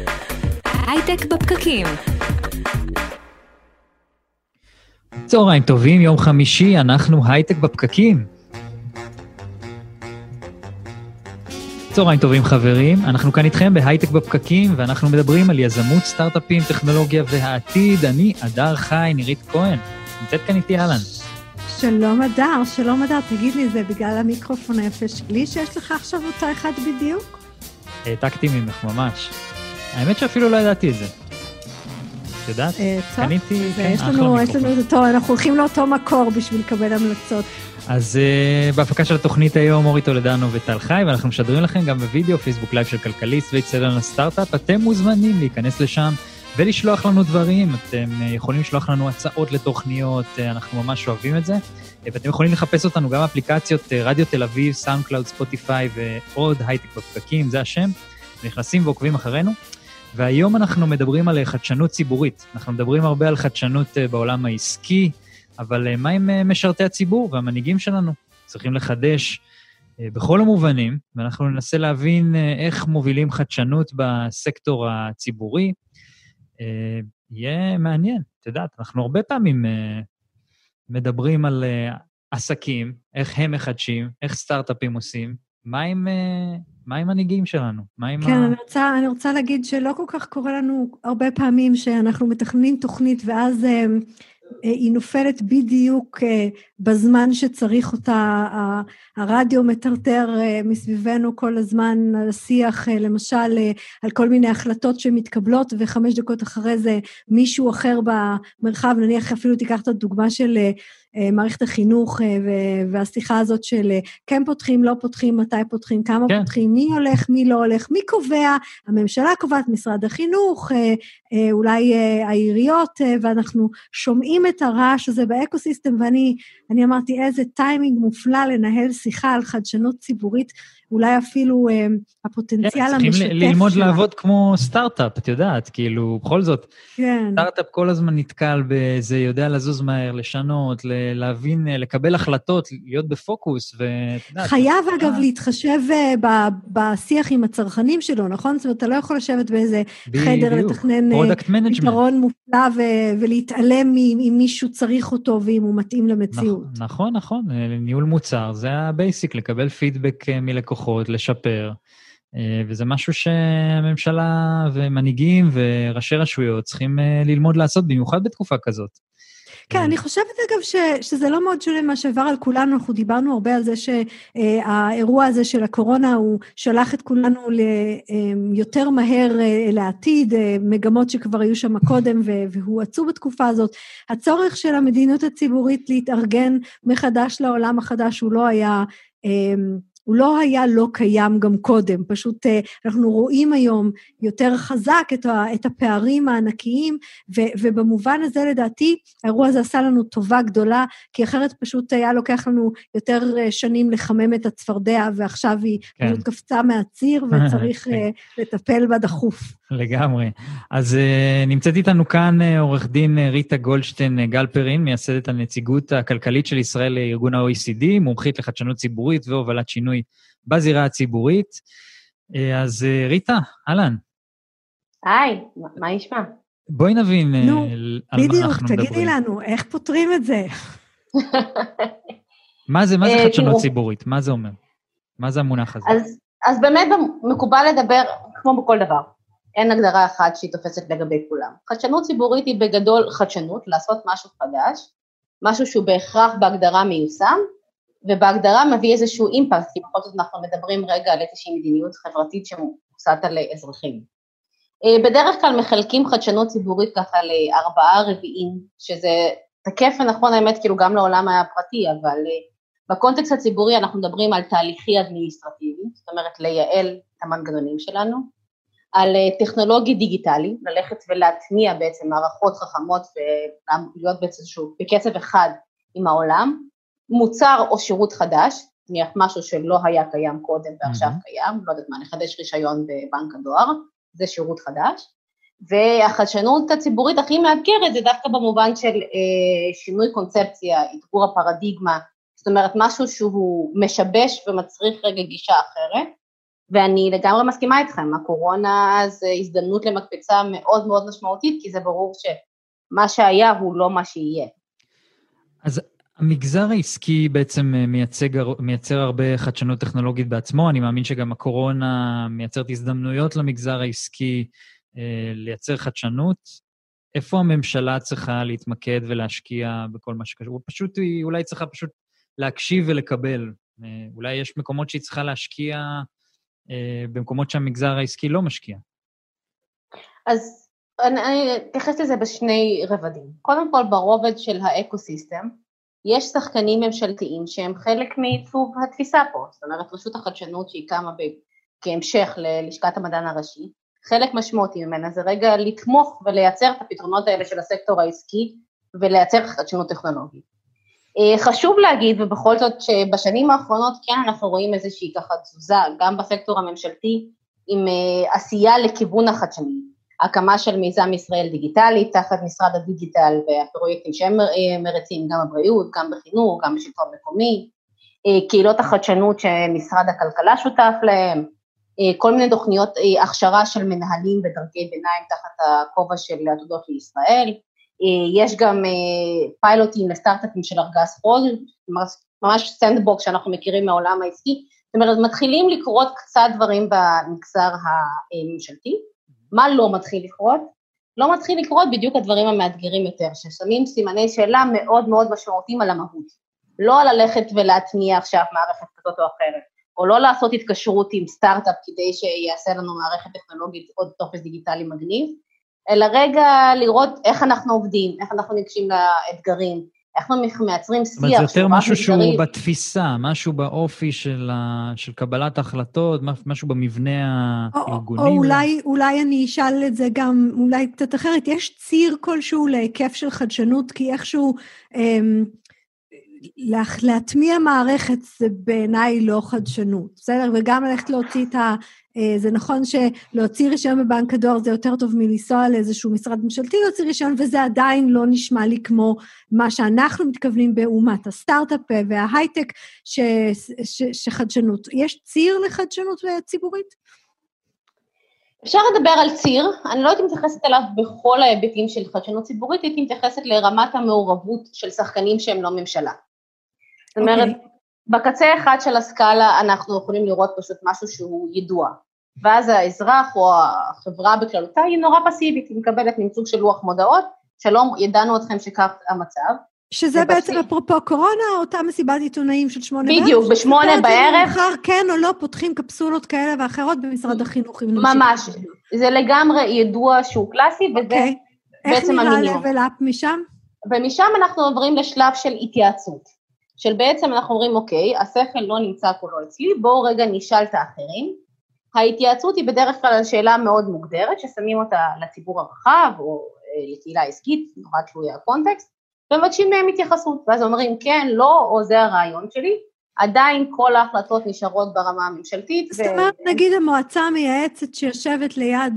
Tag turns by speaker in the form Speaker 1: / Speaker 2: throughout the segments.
Speaker 1: הייטק בפקקים.
Speaker 2: צהריים טובים, יום חמישי, אנחנו הייטק בפקקים. צהריים טובים חברים, אנחנו כאן איתכם בהייטק בפקקים, ואנחנו מדברים על יזמות, סטארט-אפים, טכנולוגיה והעתיד. אני אדר חי, נירית כהן. נמצאת כאן איתי אלן.
Speaker 3: שלום אדר, שלום אדר, תגיד לי, זה בגלל המיקרופון היפה שלי שיש לך עכשיו אותו אחד בדיוק?
Speaker 2: העתקתי ממך ממש. האמת שאפילו לא ידעתי את זה. את יודעת? קניתי,
Speaker 3: יש לנו את אותו, אנחנו הולכים לאותו מקור בשביל לקבל המלצות.
Speaker 2: אז בהפקה של התוכנית היום, אורי טולדנו וטל חי, ואנחנו משדרים לכם גם בווידאו, פייסבוק לייב של כלכליסט ואצטדיון הסטארט-אפ. אתם מוזמנים להיכנס לשם ולשלוח לנו דברים. אתם יכולים לשלוח לנו הצעות לתוכניות, אנחנו ממש אוהבים את זה. ואתם יכולים לחפש אותנו גם אפליקציות רדיו תל אביב, סאונד קלאוד, ספוטיפיי ועוד הייטק בפקקים, זה השם. נכנסים ועוקבים אחרינו. והיום אנחנו מדברים על חדשנות ציבורית. אנחנו מדברים הרבה על חדשנות בעולם העסקי, אבל מה עם משרתי הציבור והמנהיגים שלנו? צריכים לחדש בכל המובנים, ואנחנו ננסה להבין איך מובילים חדשנות בסקטור הציבורי. יהיה מעניין, את יודעת, אנחנו הרבה פעמים מדברים על עסקים, איך הם מחדשים, איך סטארט-אפים עושים, מה עם מנהיגים שלנו?
Speaker 3: כן, אני רוצה להגיד שלא כל כך קורה לנו הרבה פעמים שאנחנו מתכננים תוכנית, ואז היא נופלת בדיוק בזמן שצריך אותה. הרדיו מטרטר מסביבנו כל הזמן על השיח, למשל על כל מיני החלטות שמתקבלות, ו5 דקות אחרי זה מישהו אחר במרחב, נניח אפילו תיקח את הדוגמה של מערכת החינוך, והשיחה הזאת של כן פותחים, לא פותחים, מתי פותחים, כמה פותחים, מי הולך, מי לא הולך, מי קובע, הממשלה קובעת, משרד החינוך, אולי העיריות, ואנחנו שומעים את הרעש הזה באקוסיסטם, ואני אמרתי, איזה טיימינג מופלא לנהל שיחה על חדשנות ציבורית, אולי אפילו הפוטנציאל המשתף שלה.
Speaker 2: צריכים ללמוד לעבוד כמו סטארט-אפ, את יודעת, כאילו, בכל זאת, סטארט-אפ כל הזמן נתקל בזה, יודע לזוז מהר, לשנות, להבין, לקבל החלטות, להיות בפוקוס,
Speaker 3: חייב אגב להתחשב בשיח עם הצרכנים שלו, נכון? זאת אומרת, אתה לא יכול לשבת באיזה חדר לתכנן פתרון מופלא ולהתעלם אם מישהו צריך אותו ואם הוא מתאים למציאות.
Speaker 2: נכון, ניהול מוצר, זה הבייסיק, לקבל פידבק מלקוחות, לשפר, וזה משהו שהממשלה ומנהיגים וראשי רשויות צריכים ללמוד לעשות, במיוחד בתקופה כזאת.
Speaker 3: כן, אני חושבת אגב שזה לא מאוד שונה מה שעבר על כולנו, אנחנו דיברנו הרבה על זה שהאירוע הזה של הקורונה, הוא שלח את כולנו יותר מהר לעתיד, מגמות שכבר היו שם קודם והואצו בתקופה הזאת. הצורך של המדיניות הציבורית להתארגן מחדש לעולם החדש, הוא לא היה לא קיים גם קודם, פשוט אנחנו רואים היום יותר חזק את הפערים הענקיים, ובמובן הזה לדעתי, האירוע הזה עשה לנו טובה גדולה, כי אחרת פשוט היה לוקח לנו יותר שנים לחמם את הצפרדע, ועכשיו היא פשוט קפצה מהציר, וצריך לטפל בה דחוף.
Speaker 2: לגמרי. אז נמצאת איתנו כאן עורך דין ריטה גולדשטיין גלפרין, מייסדת הנציגות הכלכלית של ישראל לארגון ה-OECD, מומחית לחדשנות ציבורית והובלת שינוי בזירה הציבורית. אז ריטה, אהלן.
Speaker 4: היי, מה נשמע?
Speaker 2: בואי נבין על מה אנחנו מדברים.
Speaker 3: תגידי לנו, איך פותרים את זה?
Speaker 2: מה זה חדשנות ציבורית? מה זה אומר? מה זה המונח הזה?
Speaker 4: אז באמת מקובל לדבר כמו בכל דבר. אין הגדרה אחת שהיא תופסת לגבי כולם. חדשנות ציבורית היא בגדול חדשנות, לעשות משהו חדש, משהו שהוא בהכרח בהגדרה מיושם, ובהגדרה מביא איזשהו אימפקט, כי בכל זאת אנחנו מדברים רגע על איזושהי מדיניות חברתית שמוצעת על אזרחים. בדרך כלל מחלקים חדשנות ציבורית ככה ל4 רבעים, שזה תקף ונכון האמת כאילו גם לעולם הפרטי, אבל בקונטקסט הציבורי אנחנו מדברים על תהליכי אדמיניסטרטיבי, זאת אומרת לייעל את המנגנונים שלנו, על טכנולוגי דיגיטלי, ללכת ולהטמיע בעצם מערכות חכמות ולהיות בעצם בקצב אחד עם העולם, מוצר או שירות חדש, נניח משהו שלא היה קיים קודם ועכשיו קיים, לא יודעת מה, נחדש רישיון בבנק הדואר, זה שירות חדש, והחדשנות הציבורית הכי מאתגרת זה דווקא במובן של שינוי קונספציה, אתגור הפרדיגמה, זאת אומרת משהו שהוא משבש ומצריך רגע גישה אחרת, ואני לגמרי מסכימה איתכם, הקורונה זה הזדמנות למקפצה מאוד מאוד משמעותית, כי זה ברור שמה שהיה הוא לא מה שיהיה.
Speaker 2: אז המגזר העסקי בעצם מייצר הרבה חדשנות טכנולוגית בעצמו, אני מאמין שגם הקורונה מייצרת הזדמנויות למגזר העסקי לייצר חדשנות. איפה הממשלה צריכה להתמקד ולהשקיע בכל מה שקשור? פשוט היא אולי צריכה פשוט להקשיב ולקבל. אולי יש מקומות שהיא צריכה להשקיע במקומות שהמגזר העסקי לא משקיע.
Speaker 4: אז אני אתייחס לזה בשני רבדים. קודם כל, ברובד של האקוסיסטם, יש שחקנים ממשלתיים שהם חלק מעיצוב התפיסה פה, זאת אומרת, רשות החדשנות שהיא קמה כהמשך ללשכת המדען הראשי, חלק משמעותי ממנה זה רגע לתמוך ולייצר את הפתרונות האלה של הסקטור העסקי, ולייצר חדשנות טכנולוגית. חשוב להגיד, ובכל זאת שבשנים האחרונות כן אנחנו רואים איזושהי ככה תזוזה, גם בסקטור הממשלתי, עם עשייה לכיוון החדשני, הקמה של מיזם ישראל דיגיטלי, תחת משרד הדיגיטל והפרויקטים שהם מרצים, גם הבריאות, גם בחינוך, גם בשלטון מקומי, קהילות החדשנות שמשרד הכלכלה שותף להם, כל מיני תוכניות הכשרה של מנהלים ודרגי ביניים תחת הכובע של עתודות לישראל, יש גם פיילוטים לסטארט-אפים של ארגז חול, ממש סנדבוקס שאנחנו מכירים מהעולם העסקי, זאת אומרת, מתחילים לקרות קצת דברים במגזר הממשלתי, מה לא מתחיל לקרות? לא מתחיל לקרות בדיוק הדברים המאתגרים יותר, ששמים סימני שאלה מאוד מאוד משמעותיים על המהות, לא על ללכת ולהטמיע עכשיו מערכת כזאת או אחרת, או לא לעשות התקשרות עם סטארט-אפ כדי שיעשה לנו מערכת טכנולוגית או טופס דיגיטלי מגניב, אלא רגע לראות איך אנחנו עובדים, איך אנחנו ניגשים לאתגרים, איך אנחנו מייצרים שיח.
Speaker 2: אבל זה יותר משהו שהוא בתפיסה, משהו באופי של קבלת ההחלטות, משהו במבנה הארגוני.
Speaker 3: או אולי אני אשאל את זה גם, אולי קצת אחרת, יש ציר כלשהו להיקף של חדשנות, כי איכשהו להטמיע מערכת זה בעיניי לא חדשנות, בסדר? וגם ללכת להוציא את זה נכון שלהוציא רישיון בבנק הדואר זה יותר טוב מלנסוע לאיזשהו משרד ממשלתי להוציא רישיון, וזה עדיין לא נשמע לי כמו מה שאנחנו מתכוונים באומת הסטארט-אפ וההייטק שחדשנות. יש ציר לחדשנות ציבורית?
Speaker 4: אפשר לדבר על ציר, אני לא הייתי מתייחסת אליו בכל ההיבטים של חדשנות ציבורית, הייתי מתייחסת לרמת המעורבות של שחקנים שהם לא ממשלה. זאת אומרת, בקצה אחד של הסקאלה אנחנו יכולים לראות פשוט משהו שהוא ידוע, ואז האזרח או החברה בכללותה היא נורא פסיבית, היא מקבלת סוג של לוח מודעות, שלום, ידענו אתכם שכך המצב.
Speaker 3: שזה בעצם אפרופו קורונה, אותה מסיבת עיתונאים של 8 בערב?
Speaker 4: בדיוק, ב8 בערב.
Speaker 3: מחר כן או לא פותחים קפסולות כאלה ואחרות במשרד החינוך.
Speaker 4: ממש, זה לגמרי ידוע שהוא קלאסי, וזה בעצם המינימום.
Speaker 3: איך נראה level up משם?
Speaker 4: ומשם אנחנו עוברים לשלב של התייעצות. של בעצם אנחנו אומרים, אוקיי, השכל לא נמצא כולו אצלי, בואו רגע נשאל את האחרים. ההתייעצות היא בדרך כלל על שאלה מאוד מוגדרת, ששמים אותה לציבור הרחב, או לקהילה עסקית, נורא תלויה הקונטקסט, ומבקשים מהם התייחסות, ואז אומרים, כן, לא, או זה הרעיון שלי, עדיין כל ההחלטות נשארות ברמה הממשלתית.
Speaker 3: זאת אומרת, נגיד המועצה המייעצת שיושבת ליד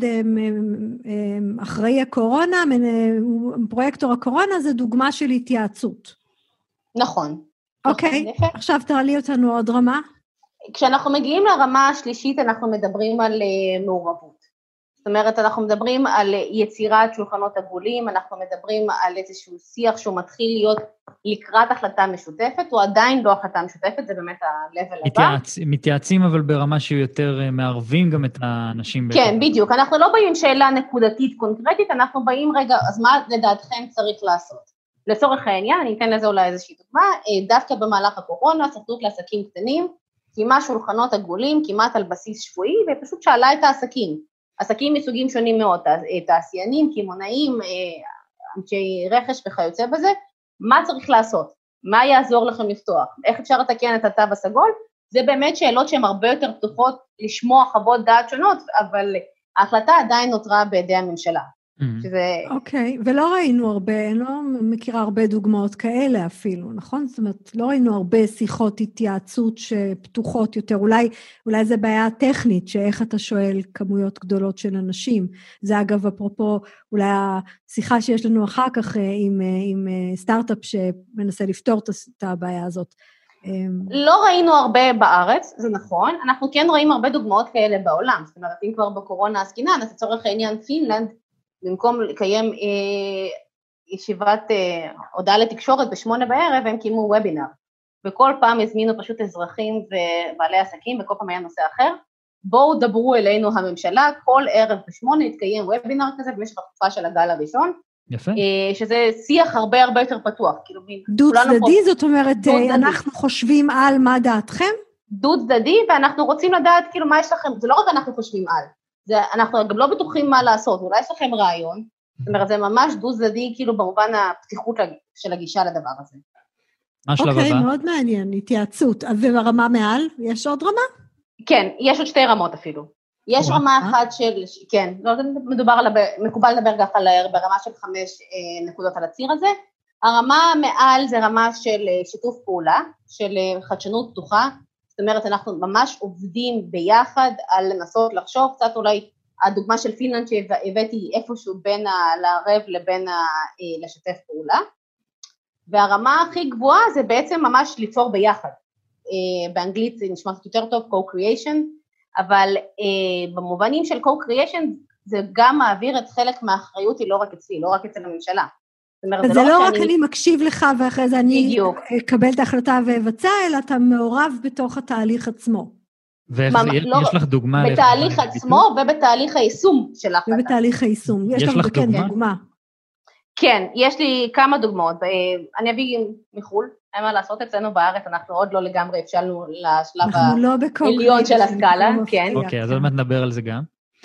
Speaker 3: אחראי הקורונה, פרויקטור הקורונה, זה דוגמה של התייעצות.
Speaker 4: נכון.
Speaker 3: אוקיי, עכשיו תעלי אותנו עוד רמה.
Speaker 4: כשאנחנו מגיעים לרמה השלישית, אנחנו מדברים על מעורבות. זאת אומרת, אנחנו מדברים על יצירת שולחנות עגולים, אנחנו מדברים על איזשהו שיח שהוא מתחיל להיות לקראת החלטה משותפת, או עדיין לא החלטה משותפת, זה באמת ה-level הבא.
Speaker 2: מתייעצים אבל ברמה שהוא יותר מערבים גם את האנשים.
Speaker 4: כן, בדיוק. אנחנו לא באים עם שאלה נקודתית קונקרטית, אנחנו באים רגע, אז מה לדעתכם צריך לעשות? לצורך העניין, אני אתן לזה אולי איזושהי דוגמה, דווקא במהלך הקורונה, סוכנות לעסקים קטנים, קיימה שולחנות עגולים כמעט על בסיס שבועי, ופשוט שאלה את העסקים. עסקים מסוגים שונים מאוד, תעשיינים, קמעונאים, אנשי רכש וכיוצא בזה, מה צריך לעשות? מה יעזור לכם לפתוח? איך אפשר לתקן את התו הסגול? זה באמת שאלות שהן הרבה יותר פתוחות לשמוע חוות דעת שונות, אבל ההחלטה עדיין נותרה בידי הממשלה.
Speaker 3: אוקיי, ולא ראינו הרבה, אני לא מכירה הרבה דוגמאות כאלה אפילו, נכון? זאת אומרת, לא ראינו הרבה שיחות התייעצות שפתוחות יותר, אולי זה בעיה טכנית, שאיך אתה שואל כמויות גדולות של אנשים, זה אגב אפרופו, אולי השיחה שיש לנו אחר כך עם סטארט-אפ שמנסה לפתור את הבעיה הזאת,
Speaker 4: לא ראינו הרבה בארץ, זה נכון, אנחנו כן רואים הרבה דוגמאות כאלה בעולם, זאת אומרת, אם כבר בקורונה עסקינן, אז לצורך העניין פינלנד, במקום לקיים ישיבת הודעה לתקשורת ב8 בערב, הם קיימו וובינר, וכל פעם הזמינו פשוט אזרחים ובעלי עסקים, וכל פעם היה נושא אחר, בואו דברו אלינו הממשלה, כל ערב ב8 התקיים וובינר כזה, במשך התקופה של הגל הראשון,
Speaker 2: יפה.
Speaker 4: שזה שיח הרבה הרבה יותר פתוח.
Speaker 3: דוד צדדי, זאת אומרת, אנחנו חושבים על מה דעתכם?
Speaker 4: דוד צדדי, ואנחנו רוצים לדעת כאילו מה יש לכם, זה לא רק אנחנו חושבים על, אנחנו גם לא בטוחים מה לעשות, אולי יש לכם רעיון, זאת אומרת, זה ממש דוד צדדי, כאילו במובן הפתיחות של הגישה לדבר הזה.
Speaker 3: אוקיי, מאוד מעניין, התייעצות. וברמה מעל, יש עוד רמה?
Speaker 4: כן, יש עוד 2 רמות אפילו. יש רמה אחת של, כן, מקובל לדבר ככה ברמה של 5 נקודות על הציר הזה. הרמה מעל זה רמה של שיתוף פעולה, של חדשנות פתוחה, זאת אומרת, אנחנו ממש עובדים ביחד על לנסות לחשוב, קצת אולי הדוגמה של פינלנד שהבאתי איפשהו בין לערב לבין לשתף פעולה, והרמה הכי גבוהה זה בעצם ממש ליצור ביחד. באנגלית זה נשמע יותר טוב, co-creation, אבל במובנים של co-creation זה גם מעביר את חלק מהאחריות, היא לא רק אצלי, לא רק אצל הממשלה.
Speaker 3: זה לא רק אני מקשיב לך ואחרי זה אני אקבל את ההחלטה ואבצע, אלא אתה מעורב בתוך התהליך עצמו.
Speaker 2: ויש לך דוגמה?
Speaker 4: בתהליך עצמו ובתהליך היישום של ההחלטה.
Speaker 3: ובתהליך היישום. יש לך דוגמה? כן,
Speaker 4: יש לי כמה דוגמאות. אני אביא מחול, אין מה לעשות אצלנו בארץ, אנחנו עוד לא לגמרי הבשלנו לשלב העליון של הסקאלה.
Speaker 2: אוקיי, אז עוד מעט נדבר על זה גם.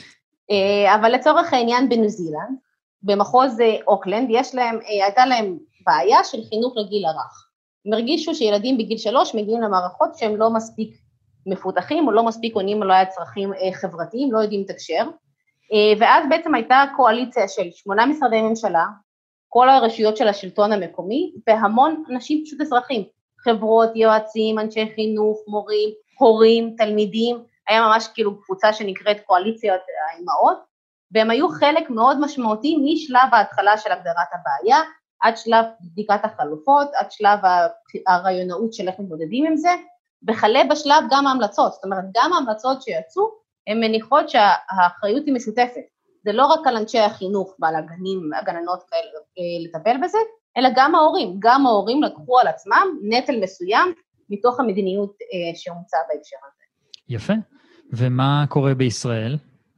Speaker 4: אבל לצורך העניין בניו זילנד, במחוז אוקלנד, הייתה להם בעיה של חינוך לגיל הרך. הם הרגישו שילדים בגיל 3 מגיעים למערכות שהם לא מספיק מפותחים, או לא מספיק עונים, או לא היה צרכים חברתיים, לא יודעים לתקשר, ואז בעצם הייתה קואליציה של 8 משרדי ממשלה, כל הרשויות של השלטון המקומי, והמון אנשים פשוט אזרחים, חברות, יועצים, אנשי חינוך, מורים, הורים, תלמידים, היה ממש כאילו קבוצה שנקראת קואליציית האימהות, והם היו חלק מאוד משמעותי משלב ההתחלה של הגדרת הבעיה, עד שלב בדיקת החלופות, עד שלב הרעיונאות של איך מתמודדים עם זה, וחלה בשלב גם ההמלצות, זאת אומרת, גם ההמלצות שיצאו, הן מניחות שהאחריות היא משותפת, זה לא רק על אנשי החינוך ועל הגננות כאלה לטפל בזה, אלא גם ההורים לקחו על עצמם נטל מסוים, מתוך המדיניות שהומצא בהקשר הזה.
Speaker 2: יפה, ומה קורה בישראל?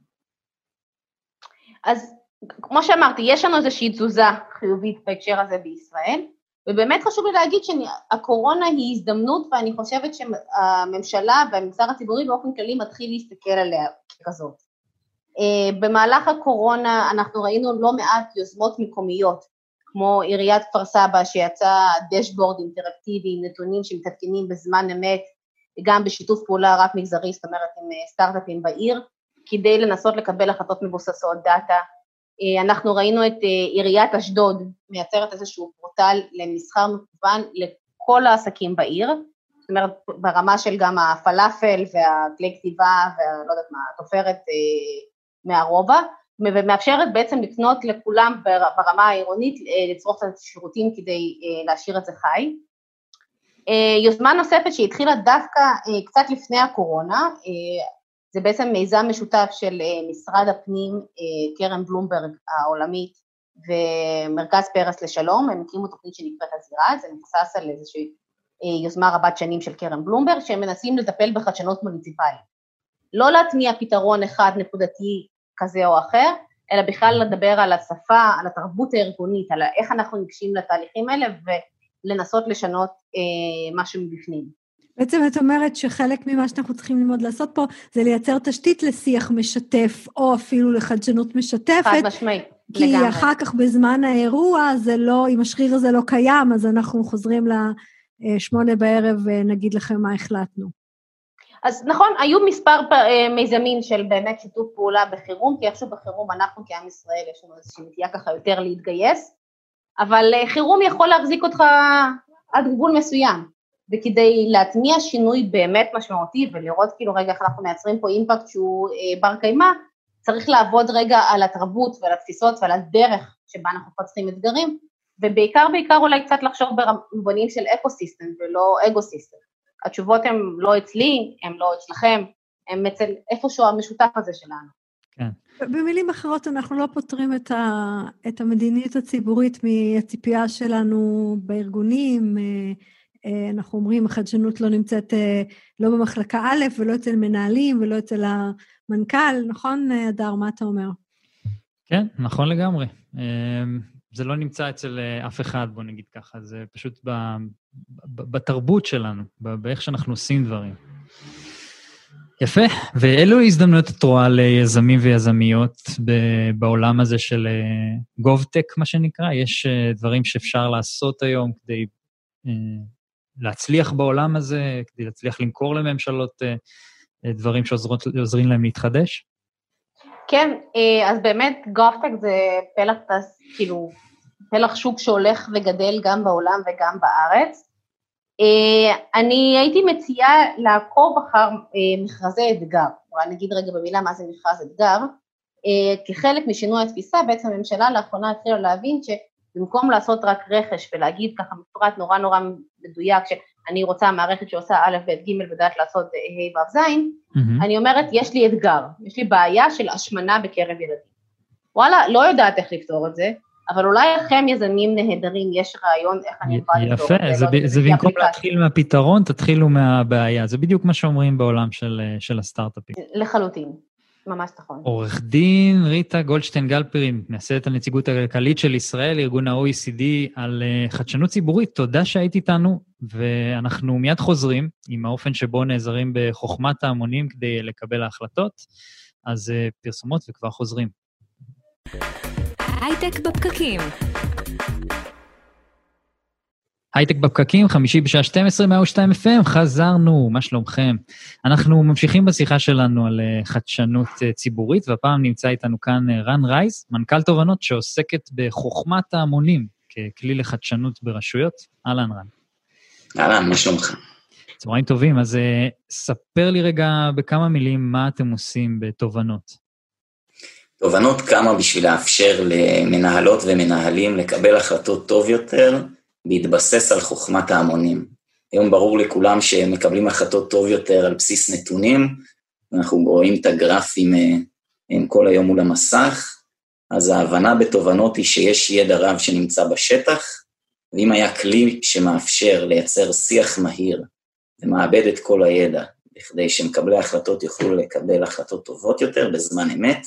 Speaker 4: אז כמו שאמרתי, יש לנו איזושהי תזוזה חיובית בהקשר הזה בישראל, ובאמת חשוב לי להגיד שהקורונה היא הזדמנות, ואני חושבת שהממשלה והמגזר הציבורי באופן כללי מתחיל להסתכל עליה כזאת. במהלך הקורונה אנחנו ראינו לא מעט יוזמות מקומיות, כמו עיריית כפר סבא שיצא דשבורד אינטראקטיבי עם נתונים שמתעדכנים בזמן אמת, גם בשיתוף פעולה רק מגזרי, זאת אומרת עם סטארט-אפים בעיר, כדי לנסות לקבל החלטות מבוססות דאטה. אנחנו ראינו את עיריית אשדוד מייצרת איזשהו פורטל למסחר מקוון לכל העסקים בעיר, זאת אומרת ברמה של גם הפלאפל והכלי כתיבה ולא יודעת מה, התופרת מהרובע, ומאפשרת בעצם לקנות לכולם ברמה העירונית לצרוך את השירותים כדי להשאיר את זה חי. יוזמה נוספת שהתחילה דווקא קצת לפני הקורונה, זה בעצם מיזם משותף של משרד הפנים, קרן בלומברג העולמית, ומרכז פרס לשלום, הם הקימו תוכנית שנקראת הזירה, זה מבוסס על איזושהי יוזמה רבת שנים של קרן בלומברג, שהם מנסים לטפל בחדשנות מוניציפלית. לא להטמיע פתרון אחד נקודתי כזה או אחר, אלא בכלל לדבר על השפה, על התרבות הארגונית, על איך אנחנו ניגשים לתהליכים האלה, ולנסות לשנות משהו מבפנים.
Speaker 3: בעצם את אומרת שחלק ממה שאנחנו צריכים ללמוד לעשות פה, זה לייצר תשתית לשיח משתף, או אפילו לחדשנות משתפת.
Speaker 4: חד משמעי,
Speaker 3: כי לגמרי. אחר כך בזמן האירוע, זה לא, אם השריר הזה לא קיים, אז אנחנו חוזרים ל8 בערב, ונגיד לכם מה החלטנו.
Speaker 4: אז נכון, היו מספר מיזמים של באמת שיתוף פעולה בחירום, כי איכשהו בחירום אנחנו כעם ישראל, יש לנו איזושהי נטייה ככה יותר להתגייס, אבל חירום יכול להחזיק אותך עד גבול מסוים. וכדי להטמיע שינוי באמת משמעותי, ולראות כאילו רגע איך אנחנו מייצרים פה אימפקט שהוא בר קיימא, צריך לעבוד רגע על התרבות ועל התפיסות ועל הדרך שבה אנחנו פוצחים אתגרים, ובעיקר אולי קצת לחשוב במובנים של אקוסיסטם ולא אגוסיסטם. התשובות הן לא אצלי, הן לא אצלכם, הן אצל איפשהו המשותף הזה שלנו.
Speaker 2: כן.
Speaker 3: במילים אחרות, אנחנו לא פותרים את המדיניות הציבורית מהציפייה שלנו בארגונים, אנחנו אומרים, החדשנות לא נמצאת לא במחלקה א', ולא אצל מנהלים, ולא אצל המנכ"ל, נכון, אדר, מה אתה אומר?
Speaker 2: כן, נכון לגמרי. זה לא נמצא אצל אף אחד, בוא נגיד ככה, זה פשוט בתרבות שלנו, באיך שאנחנו עושים דברים. יפה, ואילו הזדמנויות את רואה ליזמים ויזמיות בעולם הזה של גובטק, מה שנקרא? יש דברים שאפשר לעשות היום כדי להצליח בעולם הזה, כדי להצליח למכור לממשלות דברים שעוזרים להם להתחדש?
Speaker 4: כן, אז באמת גובטק זה פלח שוק שהולך וגדל גם בעולם וגם בארץ. אני הייתי מציעה לעקוב אחר מכרזי אתגר, אולי נגיד רגע במילה מה זה מכרז אתגר, כחלק משינוי התפיסה, בעצם הממשלה לאחרונה התחילה להבין שבמקום לעשות רק רכש ולהגיד ככה מפרט נורא נורא מדויק, שאני רוצה מערכת שעושה א' ב' ג' ודעת לעשות ה' ו' ז', אני אומרת יש לי אתגר, יש לי בעיה של השמנה בקרב ילדים. וואלה, לא יודעת איך לפתור את זה, אבל אולי לכם יזמים נהדרים, יש רעיון איך אני יכולה לפתור את זה.
Speaker 2: יפה, זה במקום להתחיל מהפתרון, תתחילו מהבעיה. זה בדיוק מה שאומרים בעולם של הסטארט-אפים.
Speaker 4: לחלוטין, ממש נכון.
Speaker 2: עורך דין ריטה גולדשטיין גלפרין, מייסדת הנציגות הכלכלית של ישראל, ארגון ה-OECD, על חדשנות ציבורית. תודה שהיית איתנו, ואנחנו מיד חוזרים עם האופן שבו נעזרים בחוכמת ההמונים כדי לקבל ההחלטות. אז פרסומות וכבר חוזרים.
Speaker 1: הייטק בפקקים.
Speaker 2: הייטק בפקקים, חמישי בשעה 12, 102 FM, חזרנו, מה שלומכם? אנחנו ממשיכים בשיחה שלנו על חדשנות ציבורית, והפעם נמצא איתנו כאן רן רייס, מנכ"ל תובנות שעוסקת בחוכמת ההמונים, ככלי לחדשנות ברשויות. אהלן רן.
Speaker 5: אהלן, מה שלומך?
Speaker 2: צהריים טובים, אז ספר לי רגע בכמה מילים מה אתם עושים בתובנות.
Speaker 5: תובנות קמה בשביל לאפשר למנהלות ומנהלים לקבל החלטות טוב יותר, להתבסס על חוכמת ההמונים. היום ברור לכולם שמקבלים החלטות טוב יותר על בסיס נתונים, אנחנו רואים את הגרפים כל היום מול המסך, אז ההבנה בתובנות היא שיש ידע רב שנמצא בשטח, ואם היה כלי שמאפשר לייצר שיח מהיר, ומאבד את כל הידע, בכדי שמקבלי ההחלטות יוכלו לקבל החלטות טובות יותר בזמן אמת,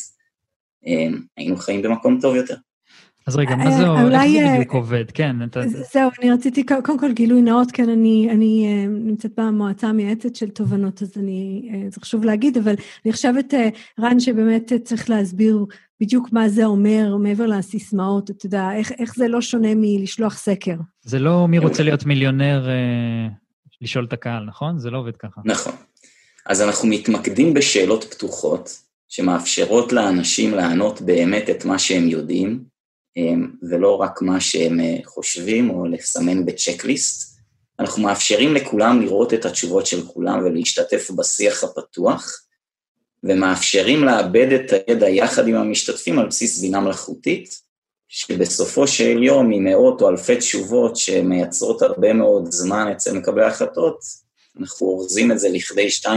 Speaker 5: היינו חיים במקום טוב יותר.
Speaker 2: אז רגע, מה זה, איך זה בדיוק עובד? כן.
Speaker 3: זהו, אני רציתי, קודם כל גילוי נאות, כן, אני נמצאת במועצה המייעצת של תובנות, אז זה חשוב להגיד, אבל אני חושבת, רן, שבאמת צריך להסביר בדיוק מה זה אומר, מעבר לסיסמאות, אתה יודע, איך זה לא שונה מלשלוח סקר.
Speaker 2: זה לא מי רוצה להיות מיליונר, לשאול את הקהל, נכון? זה לא עובד ככה.
Speaker 5: נכון. אז אנחנו מתמקדים בשאלות פתוחות, שמאפשרות לאנשים לענות באמת את מה שהם יודעים, ולא רק מה שהם חושבים או לסמן בצ'קליסט. אנחנו מאפשרים לכולם לראות את התשובות של כולם ולהשתתף בשיח הפתוח, ומאפשרים לאבד את הידע יחד עם המשתתפים על בסיס בינה מלאכותית, שבסופו של יום עם מאות או אלפי תשובות שמייצרות הרבה מאוד זמן אצל מקבלי ההחלטות, אנחנו אורזים את זה לכדי 2-3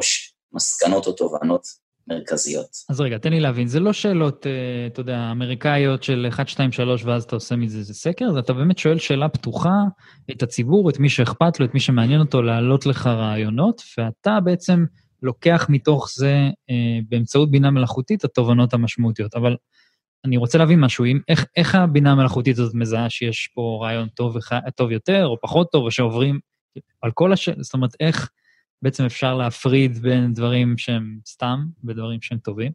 Speaker 5: מסקנות או תובנות מרכזיות.
Speaker 2: אז רגע, תן לי להבין, זה לא שאלות, אתה יודע, אמריקאיות של 1, 2, 3, ואז אתה עושה מזה זה סקר, אז אתה באמת שואל שאלה פתוחה, את הציבור, את מי שאכפת לו, את מי שמעניין אותו, להעלות לך רעיונות, ואתה בעצם לוקח מתוך זה, באמצעות בינה מלאכותית, התובנות המשמעותיות. אבל אני רוצה להבין משהו, איך הבינה המלאכותית הזאת מזהה שיש פה רעיון טוב יותר, או פחות טוב, או שעוברים על כל זאת אומרת, איך בעצם אפשר להפריד בין דברים שהם סתם, ודברים שהם טובים?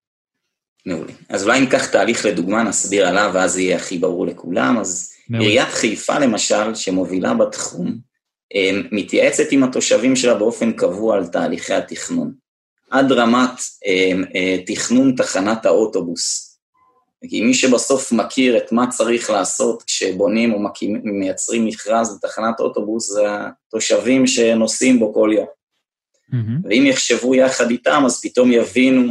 Speaker 5: מעולה. אז אולי ניקח תהליך לדוגמה, נסביר עליו, ואז זה יהיה הכי ברור לכולם. אז עיריית חיפה למשל, שמובילה בתחום, מתייעצת עם התושבים שלה באופן קבוע על תהליכי התכנון. עד רמת תכנון תחנת האוטובוס. כי מי שבסוף מכיר את מה צריך לעשות כשבונים או מייצרים מכרז לתחנת אוטובוס, זה התושבים שנוסעים בו כל יום. ואם יחשבו יחד איתם, אז פתאום יבינו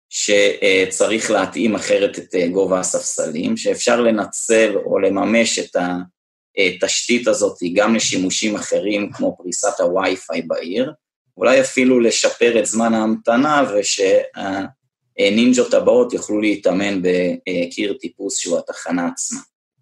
Speaker 5: שצריך להתאים אחרת את גובה הספסלים, שאפשר לנצל או לממש את התשתית הזאת גם לשימושים אחרים, כמו פריסת הווי-פיי בעיר, אולי אפילו לשפר את זמן ההמתנה, ושהנינג'ות הבאות יוכלו להתאמן בקיר טיפוס שהוא התחנה עצמה.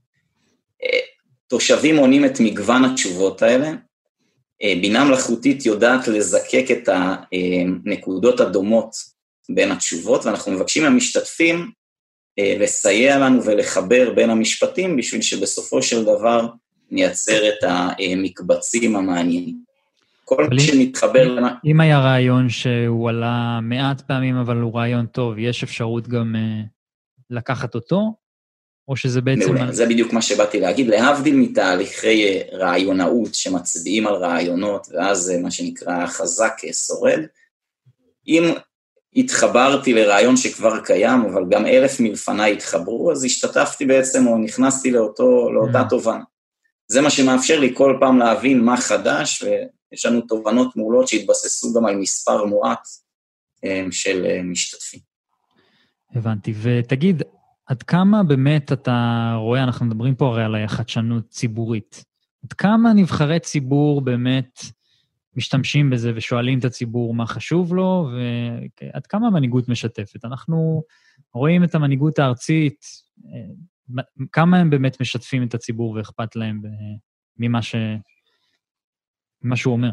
Speaker 5: תושבים עונים את מגוון התשובות האלה, בינה מלאכותית יודעת לזקק את הנקודות הדומות בין התשובות, ואנחנו מבקשים מהמשתתפים לסייע לנו ולחבר בין המשפטים, בשביל שבסופו של דבר נייצר את המקבצים המעניינים. כל מי שמתחבר...
Speaker 2: אם היה רעיון שהוא עלה מעט פעמים, אבל הוא רעיון טוב, יש אפשרות גם לקחת אותו? או שזה בעצם...
Speaker 5: מעולה, זה בדיוק מה שבאתי להגיד, להבדיל מתהליכי רעיונאות שמצביעים על רעיונות, ואז מה שנקרא חזק שורד. אם התחברתי לרעיון שכבר קיים, אבל גם 1,000 מלפניי התחברו, אז השתתפתי בעצם, או נכנסתי לאותה תובנה. זה מה שמאפשר לי כל פעם להבין מה חדש, ויש לנו תובנות מעולות שהתבססו גם על מספר מועט של משתתפים.
Speaker 2: הבנתי, ותגיד, עד כמה באמת אתה רואה, אנחנו מדברים פה הרי על החדשנות ציבורית, עד כמה נבחרי ציבור באמת משתמשים בזה ושואלים את הציבור מה חשוב לו, ועד כמה המנהיגות משתפת? אנחנו רואים את המנהיגות הארצית, כמה הם באמת משתפים את הציבור ואכפת להם ממה שהוא אומר?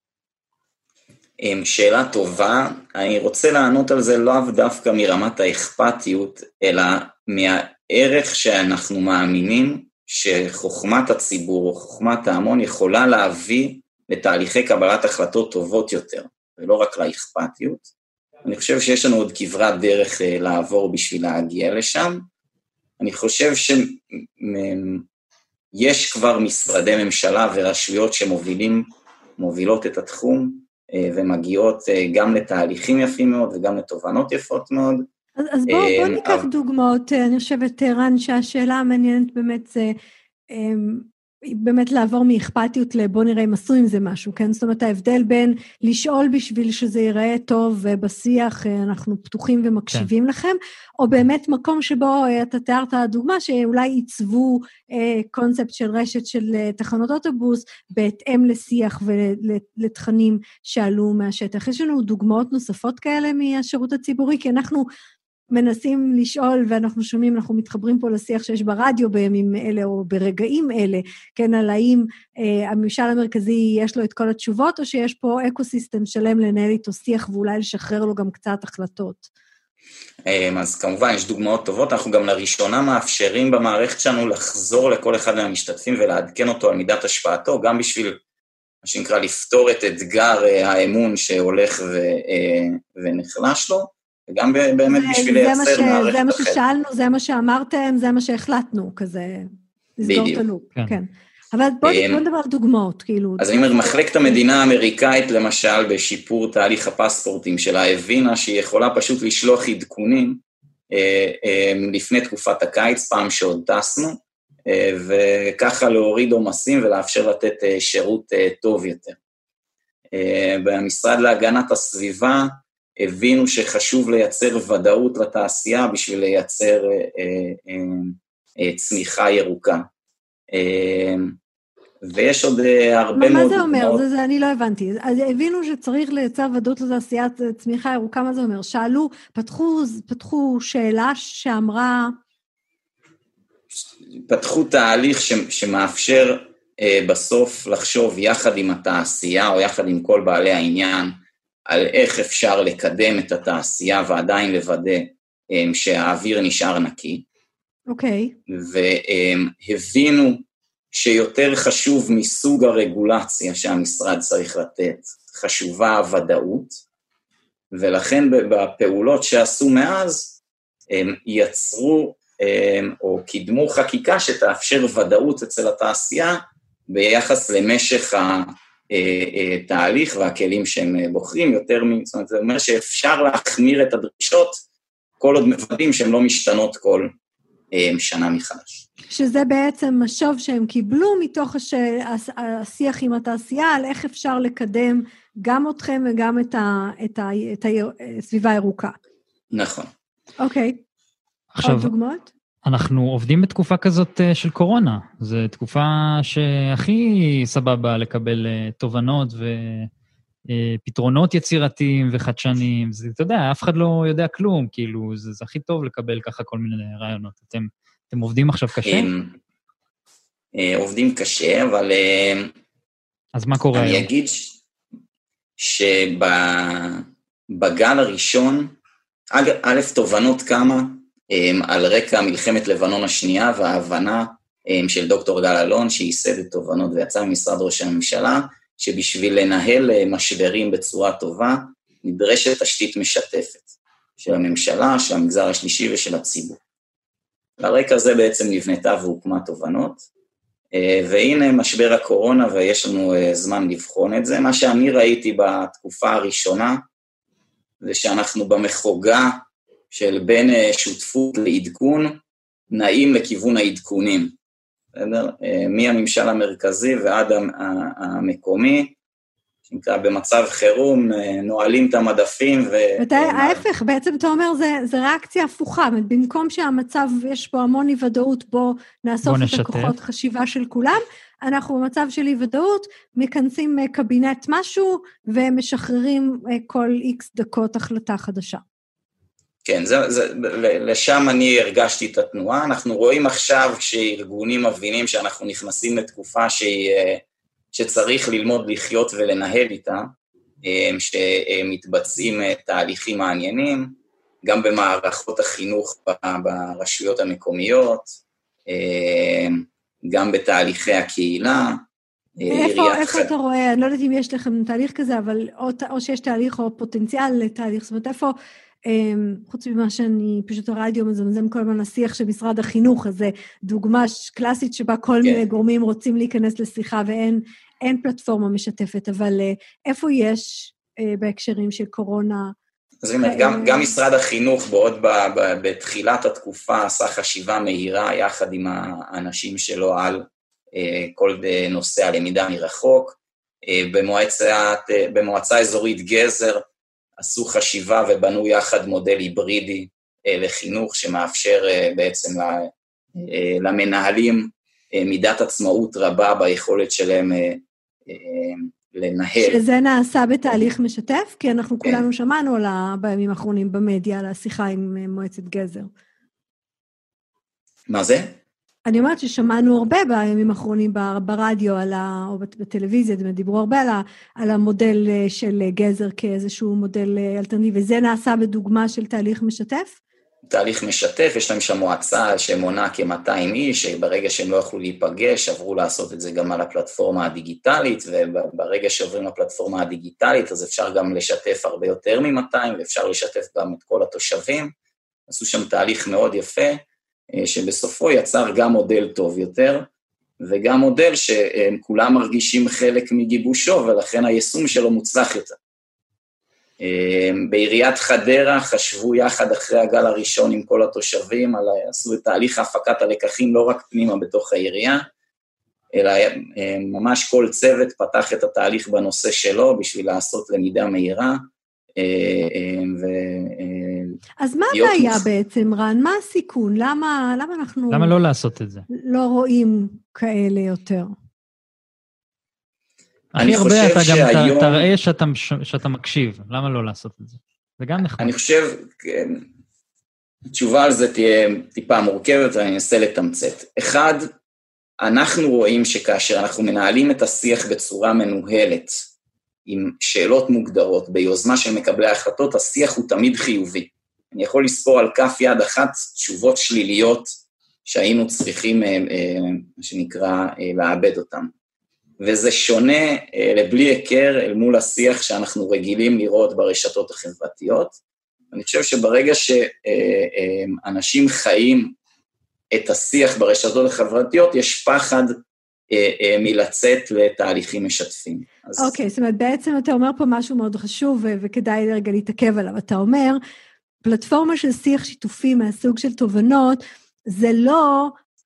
Speaker 5: שאלה טובה, אני רוצה לענות על זה לא דווקא מרמת האכפתיות, אלא מהערך שאנחנו מאמינים שחוכמת הציבור או חוכמת ההמון יכולה להביא לתהליכי קבלת החלטות טובות יותר, ולא רק לאכפתיות. אני חושב שיש לנו עוד כברת דרך לעבור בשביל להגיע לשם. אני חושב שיש כבר משרדי ממשלה ורשויות שמובילות את התחום, ומגיעות גם לתהליכים יפים מאוד, וגם לתובנות יפות מאוד.
Speaker 3: אז בוא ניקח דוגמאות, אני חושבת, רן, שהשאלה המעניינת באמת זה, באמת לעבור מאכפתיות לבוא נראה אם עשו עם זה משהו, כן? זאת אומרת, ההבדל בין לשאול בשביל שזה ייראה טוב, ובשיח אנחנו פתוחים ומקשיבים לכם, או באמת מקום שבו אתה תיארת דוגמה, שאולי ייצבו קונספט של רשת של תחנות אוטובוס, בהתאם לשיח ולתכנים שעלו מהשטח. יש לנו דוגמאות נוספות כאלה מהשירות הציבורי, כי אנחנו מנסים לשאול, ואנחנו שומעים, אנחנו מתחברים פה לשיח שיש ברדיו בימים אלה, או ברגעים אלה, כן, על האם הממשל המרכזי יש לו את כל התשובות, או שיש פה אקוסיסטם שלם לנהל איתו שיח, ואולי לשחרר לו גם קצת החלטות.
Speaker 5: אז כמובן, יש דוגמאות טובות, אנחנו גם לראשונה מאפשרים במערכת שלנו לחזור לכל אחד מהמשתתפים, ולעדכן אותו על מידת השפעתו, גם בשביל, מה שנקרא, לפתור את אתגר האמון שהולך ונחלש לו, וגם באמת בשביל לייצר מערכת אחרת.
Speaker 3: זה מה ששאלנו, זה מה שאמרתם, זה מה שהחלטנו, כזה, לסגור את הלופ. כן. אבל בוא נדבר על דוגמאות, כאילו.
Speaker 5: אז אני אומר, מחלקת המדינה האמריקאית, למשל, בשיפור תהליך הפספורטים שלה, הבינה שהיא יכולה פשוט לשלוח עדכונים, לפני תקופת הקיץ, פעם שעוד טסנו, וככה להוריד עומסים ולאפשר לתת שירות טוב יותר. במשרד להגנת הסביבה, הבינו שחשוב לייצר ודאות לתעשייה בשביל לייצר צמיחה ירוקה. ויש עוד הרבה מאוד...
Speaker 3: מה זה אומר? זה אני לא הבנתי. אז הבינו שצריך לייצר ודאות לתעשיית צמיחה ירוקה, מה זה אומר? שאלו, פתחו שאלה שאמרה...
Speaker 5: פתחו תהליך שמאפשר בסוף לחשוב יחד עם התעשייה, או יחד עם כל בעלי העניין, על איך אפשר לקדם את התעשייה, ועדיין לוודא שהאוויר נשאר נקי.
Speaker 3: אוקיי.
Speaker 5: והבינו שיותר חשוב מסוג הרגולציה שהמשרד צריך לתת, חשובה הוודאות, ולכן בפעולות שעשו מאז, הם יצרו או קידמו חקיקה שתאפשר ודאות אצל התעשייה, ביחס למשך התהליך והכלים שהם בוחרים יותר, זאת אומרת, זה אומר שאפשר להחמיר את הדרישות, כל עוד מוודאים שהן לא משתנות כל שנה מחדש.
Speaker 3: שזה בעצם משוב שהם קיבלו מתוך השיח עם התעשייה, על איך אפשר לקדם גם אתכם וגם את הסביבה הירוקה.
Speaker 5: נכון.
Speaker 3: אוקיי. עוד דוגמאות?
Speaker 2: אנחנו עובדים בתקופה כזאת של קורונה. זו תקופה שהכי סבבה לקבל תובנות ופתרונות יצירתיים וחדשניים. זה, אתה יודע, אף אחד לא יודע כלום, כאילו, זה הכי טוב לקבל ככה כל מיני רעיונות. אתם עובדים עכשיו קשה?
Speaker 5: עובדים קשה, אבל...
Speaker 2: אז מה קורה היום?
Speaker 5: אני אגיד שבגל הראשון, א', תובנות כמה, על רקע מלחמת לבנון השנייה וההבנה של דוקטור גל אלון, שייסד את תובנות ויצא ממשרד ראש הממשלה, שבשביל לנהל משברים בצורה טובה, נדרשת תשתית משתפת של הממשלה, של המגזר השלישי ושל הציבור. לרקע הזה בעצם נבנתה והוקמה תובנות, והנה משבר הקורונה ויש לנו זמן לבחון את זה. מה שאני ראיתי בתקופה הראשונה, זה שאנחנו במחוגה של בין שותפות לעדכון, נעים לכיוון העדכונים. בסדר? מהממשל המרכזי ועד המקומי, שנקרא במצב חירום, נועלים את המדפים
Speaker 3: ההפך, בעצם אתה אומר, זה ריאקציה הפוכה, במקום שהמצב, יש פה המון אי-ודאות, בו נאסוף את הכוחות חשיבה של כולם, אנחנו במצב של אי-ודאות, מכנסים קבינט משהו, ומשחררים כל איקס דקות החלטה חדשה.
Speaker 5: כן, לשם אני הרגשתי את התנועה. אנחנו רואים עכשיו שארגונים מבינים שאנחנו נכנסים לתקופה שצריך ללמוד לחיות ולנהל איתה, שמתבצעים תהליכים מעניינים, גם במערכות החינוך ברשויות המקומיות, גם בתהליכי הקהילה.
Speaker 3: איפה אתה רואה, אני לא יודעת אם יש לכם תהליך כזה, אבל או שיש תהליך או פוטנציאל לתהליך, זאת אומרת, איפה, חוץ ממה שאני פשוט הרדיו מזמזם כל הזמן השיח של משרד החינוך, אז זה דוגמה קלאסית שבה כל מיני גורמים רוצים להיכנס לשיחה, ואין פלטפורמה משתפת, אבל איפה יש בהקשרים של קורונה?
Speaker 5: אז גם משרד החינוך בעוד בתחילת התקופה עשה חשיבה מהירה יחד עם האנשים שלו על כל נושא הלמידה מרחוק. במועצה אזורית גזר עשו חשיבה ובנו יחד מודל היברידי לחינוך שמאפשר בעצם למנהלים מידת עצמאות רבה ביכולת שלהם לנהל.
Speaker 3: שזה נעשה בתהליך משתף? כי אנחנו כולנו שמענו בימים האחרונים במדיה על השיחה עם מועצת גזר.
Speaker 5: מה זה?
Speaker 3: אני אומרת ששמענו הרבה בימים האחרונים ברדיו או בטלוויזיה, דיברו הרבה על המודל של גזר כאיזשהו מודל אלטרנטיבי, וזה נעשה בדוגמה של תהליך משתף?
Speaker 5: תהליך משתף, יש להם שם מועצה שמונה כ-200 איש, שברגע שהם לא יכלו להיפגש, עברו לעשות את זה גם על הפלטפורמה הדיגיטלית, וברגע שעוברים לפלטפורמה הדיגיטלית, אז אפשר גם לשתף הרבה יותר מ-200, ואפשר לשתף גם את כל התושבים. עשו שם תהליך מאוד יפה, שבסופו יצר גם מודל טוב יותר, וגם מודל שכולם מרגישים חלק מגיבושו, ולכן היישום שלו מוצלח יותר. בעיריית חדרה חשבו יחד אחרי הגל הראשון עם כל התושבים, עשו את תהליך הפקת הלקחים לא רק פנימה בתוך העירייה, אלא ממש כל צוות פתח את התהליך בנושא שלו, בשביל לעשות למידה מהירה,
Speaker 3: אז מה הבעיה בעצם, רן? מה הסיכון? למה אנחנו...
Speaker 2: למה לא לעשות את זה?
Speaker 3: לא רואים כאלה יותר.
Speaker 2: הכי הרבה אתה גם תראה שאתה מקשיב. למה לא לעשות את זה? זה גם נחמד.
Speaker 5: אני חושב, התשובה על זה תהיה טיפה מורכבת, ואני אנסה לתמצת. אחד, אנחנו רואים שכאשר אנחנו מנהלים את השיח בצורה מנוהלת, עם שאלות מוגדרות, ביוזמה של מקבלי ההחלטות, השיח הוא תמיד חיובי. אני יכול לספור על כף יד אחת תשובות שליליות שהיינו צריכים, מה שנקרא, לאבד אותם. וזה שונה לבלי היכר אל מול השיח שאנחנו רגילים לראות ברשתות החברתיות. אני חושב שברגע שאנשים חיים את השיח ברשתות החברתיות, יש פחד מלצאת לתהליכים משתפים.
Speaker 3: אוקיי, זאת אומרת, בעצם אתה אומר פה משהו מאוד חשוב, וכדאי רגע להתעכב עליו. אתה אומר, פלטפורמה של שיח שיתופי מהסוג של תובנות, זה לא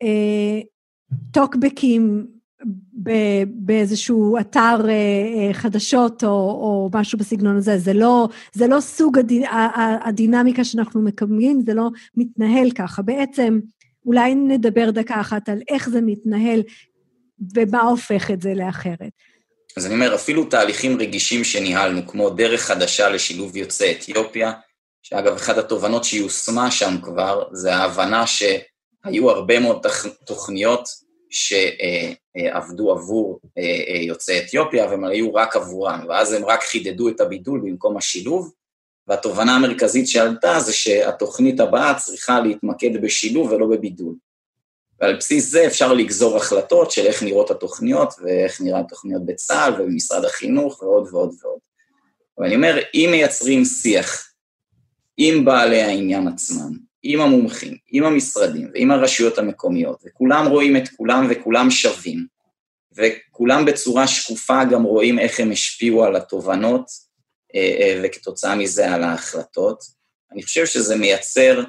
Speaker 3: טוקבקים באיזשהו אתר חדשות או משהו בסגנון הזה, זה לא סוג הדינמיקה שאנחנו מקבלים, זה לא מתנהל ככה. בעצם אולי נדבר דקה אחת על איך זה מתנהל, ומה הופך את זה לאחרת.
Speaker 5: אז אני אומר, אפילו תהליכים רגישים שניהלנו, כמו דרך חדשה לשילוב יוצאי אתיופיה, שאגב, אחת התובנות שיושמה שם כבר, זה ההבנה שהיו הרבה מאוד תוכניות שעבדו עבור יוצאי אתיופיה, והם היו רק עבורם, ואז הם רק חידדו את הבידול במקום השילוב, והתובנה המרכזית שעלתה זה שהתוכנית הבאה צריכה להתמקד בשילוב ולא בבידול. ועל בסיס זה אפשר לגזור החלטות של איך נראות התוכניות, ואיך נראה התוכניות בצה"ל ובמשרד החינוך ועוד ועוד ועוד. ואני אומר, אם מייצרים שיח עם בעלי העניין עצמם, עם המומחים, עם המשרדים ועם הרשויות המקומיות, וכולם רואים את כולם וכולם שווים, וכולם בצורה שקופה גם רואים איך הם השפיעו על התובנות, וכתוצאה מזה על ההחלטות, אני חושב שזה מייצר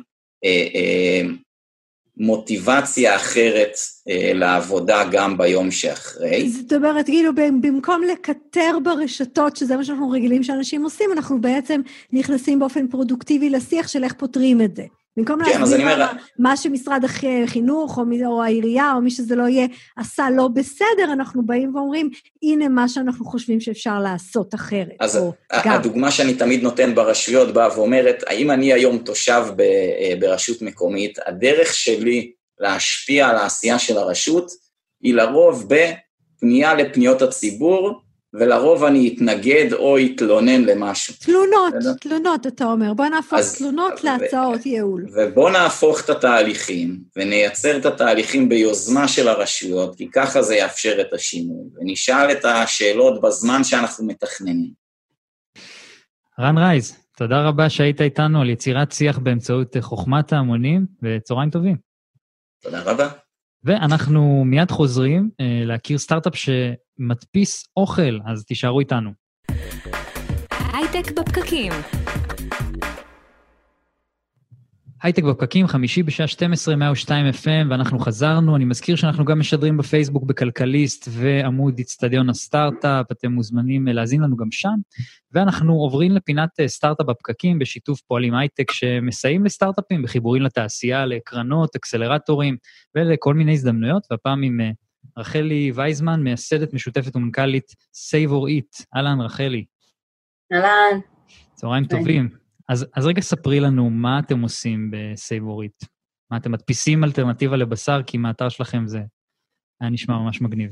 Speaker 5: מוטיבציה אחרת לעבודה גם ביום שאחרי.
Speaker 3: זאת אומרת, כאילו, במקום לקטר ברשתות, שזה מה שאנחנו רגילים שאנשים עושים, אנחנו בעצם נכנסים באופן פרודוקטיבי לשיח של איך פותרים את זה. במקום להסביר מה שמשרד החינוך, או העירייה, או מי שזה לא יהיה, עשה לא בסדר, אנחנו באים ואומרים, הנה מה שאנחנו חושבים שאפשר לעשות אחרת.
Speaker 5: אז הדוגמה שאני תמיד נותן ברשויות, באה ואומרת, האם אני היום תושב ברשות מקומית, הדרך שלי להשפיע על העשייה של הרשות, היא לרוב בפנייה לפניות הציבור, ולרוב אני אתנגד או אתלונן למשהו.
Speaker 3: תלונות, אתה אומר. בוא נהפוך תלונות להצעות ייעול.
Speaker 5: ובוא נהפוך את התהליכים, ונייצר את התהליכים ביוזמה של הרשויות, כי ככה זה יאפשר את השינוי, ונשאל את השאלות בזמן שאנחנו מתכננים.
Speaker 2: רן רייז, תודה רבה שהיית איתנו על יצירת שיח באמצעות חוכמת ההמונים, וצהריים טובים.
Speaker 5: תודה רבה.
Speaker 2: ואנחנו מיד חוזרים להכיר סטארט-אפ שמדפיס אוכל, אז תישארו איתנו.
Speaker 1: הייטק בפקקים.
Speaker 2: הייטק בפקקים, חמישי בשעה 12, 102 FM, ואנחנו חזרנו. אני מזכיר שאנחנו גם משדרים בפייסבוק בכלכליסט ועמוד אצטדיון הסטארט-אפ, אתם מוזמנים להזין לנו גם שם, ואנחנו עוברים לפינת סטארט-אפ בפקקים בשיתוף פועלים הייטק שמסייעים לסטארט-אפים בחיבורים לתעשייה, לקרנות, אקסלרטורים ולכל מיני הזדמנויות, והפעם עם רחלי וייזמן, מייסדת משותפת ומנכ"לית Save or Eat. אהלן רחלי.
Speaker 6: אהלן.
Speaker 2: צהריים טובים. אז רגע ספרי לנו מה אתם עושים בסייבורית. מה אתם מדפיסים אלטרנטיבה לבשר, כי מהאתר שלכם זה היה נשמע ממש מגניב.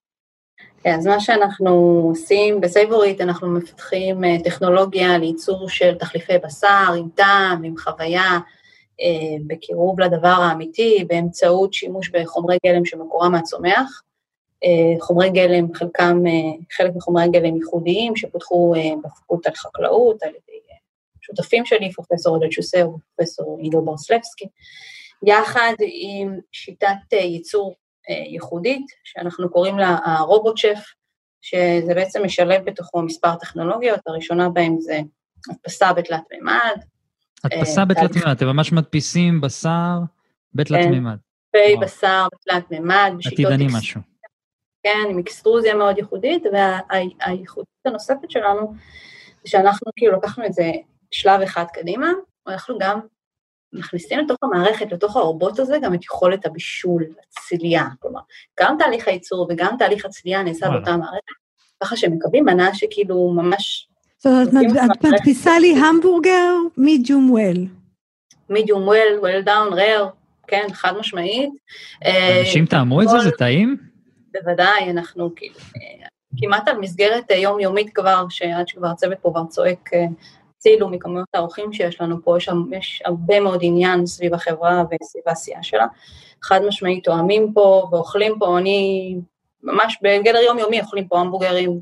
Speaker 6: אז מה שאנחנו עושים בסייבורית, אנחנו מפתחים טכנולוגיה לייצור של תחליפי בשר, עם טעם, עם חוויה, בקירוב לדבר האמיתי, באמצעות שימוש בחומרי גלם שמקורם מהצומח. חומרי גלם, חלק מחומרי גלם ייחודיים, שפותחו בפקולטה לחקלאות, על ידי שותפים שלי, פרופסור עודד שוסר ופרופסור עידו ברסלבסקי, יחד עם שיטת ייצור ייחודית, שאנחנו קוראים לה הרובוט שף, שזה בעצם משלב בתוכו מספר טכנולוגיות, הראשונה בהם זה הדפסה בתלת מימד.
Speaker 2: הדפסה בתלת מימד, אתם ממש מדפיסים בשר בתלת מימד.
Speaker 6: בשר בתלת מימד,
Speaker 2: עתידני משהו.
Speaker 6: כן, עם אקסטרוזיה מאוד ייחודית, והייחודית הנוספת שלנו, זה שאנחנו כאילו לקחנו את זה שלב אחד קדימה, ואנחנו גם מכניסים לתוך המערכת, לתוך הרובוט הזה, גם את יכולת הבישול, הצלייה, כלומר, גם תהליך הייצור וגם תהליך הצלייה נעשה באותה מערכת, ככה שמקבלים מנה שכאילו ממש...
Speaker 3: זאת אומרת, את מדפיסה לי המבורגר מידיום וויל.
Speaker 6: מידיום וויל, וויל דאון, רייר, כן, חד משמעית.
Speaker 2: אנשים טעמו את זה, זה טעים?
Speaker 6: בוודאי, אנחנו כאילו... כמעט על מסגרת יומיומית כבר, שעד שכבר הצוות פה צועק צילו מכמויות האורחים שיש לנו פה, יש הרבה מאוד עניין סביב החברה וסביב העשייה שלה. חד משמעית תואמים פה ואוכלים פה, אני ממש בגדר יומיומי אוכלים פה המבורגרים,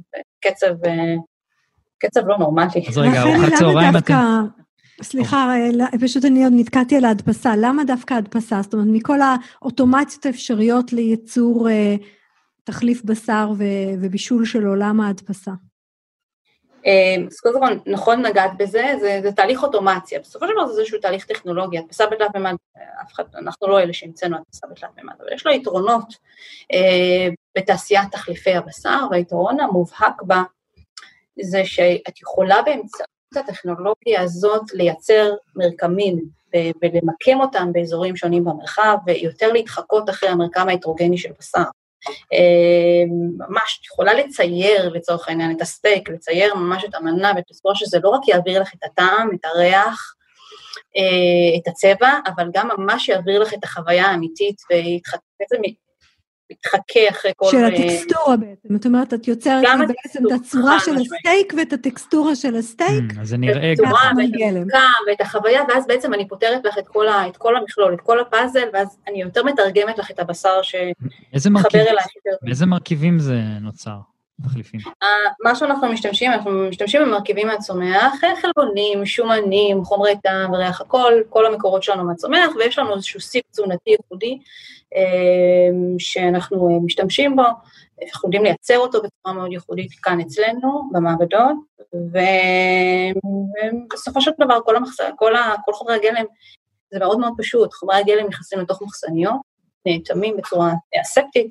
Speaker 6: קצב לא נורמלי.
Speaker 2: אז רגע, ארוחת צהריים אתם...
Speaker 3: סליחה, פשוט אני עוד נתקעתי על ההדפסה, למה דווקא ההדפסה? זאת אומרת, מכל האוטומציות האפשריות לייצור... תחליף בשר ובישול של עולם ההדפסה.
Speaker 6: אז קודם כל, נכון נגעת בזה, זה תהליך אוטומציה, בסופו של דבר זה איזשהו תהליך טכנולוגיה, הדפסה בתלת מימד, אנחנו לא אלה שהמצאנו הדפסה בתלת מימד, אבל יש לו יתרונות בתעשיית תחליפי הבשר, והיתרון המובהק בה, זה שאת יכולה באמצעות הטכנולוגיה הזאת לייצר מרקמים ולמקם אותם באזורים שונים במרחב, ויותר להתחקות אחרי המרקם ההטרוגני של בשר. ממש יכולה לצייר לצורך העניין את הסטייק, לצייר ממש את המנה, ותזכור שזה לא רק יעביר לך את הטעם, את הריח, את הצבע, אבל גם ממש יעביר לך את החוויה האמיתית, ויתחכה אחרי כל...
Speaker 3: של הטקסטורה בעצם, זאת אומרת, את יוצרת בעצם את הצורה של הסטייק, ואת הטקסטורה של הסטייק,
Speaker 2: אז זה נראה
Speaker 6: גם. ואת החוויה, ואז בעצם אני פותרת לך את כל המכלול, את כל הפאזל, ואז אני יותר מתרגמת לך את הבשר שחבר אלייך יותר.
Speaker 2: איזה מרכיבים זה נוצר? תחליפים.
Speaker 6: מה שאנחנו משתמשים במרכיבים מהצומח, חלבונים, שומנים, חומרי טעם וריח, כל המקורות שלנו מהצומח, ויש לנו איזשהו סיב תזונתי ייחודי, שאנחנו משתמשים בו, אנחנו יודעים לייצר אותו בצורה מאוד ייחודית כאן אצלנו, במעבדות, ובסופו של דבר כל חומרי הגלם, זה מאוד מאוד פשוט, חומרי הגלם נכנסים לתוך מחסניות, נאטמים בצורה אספטית,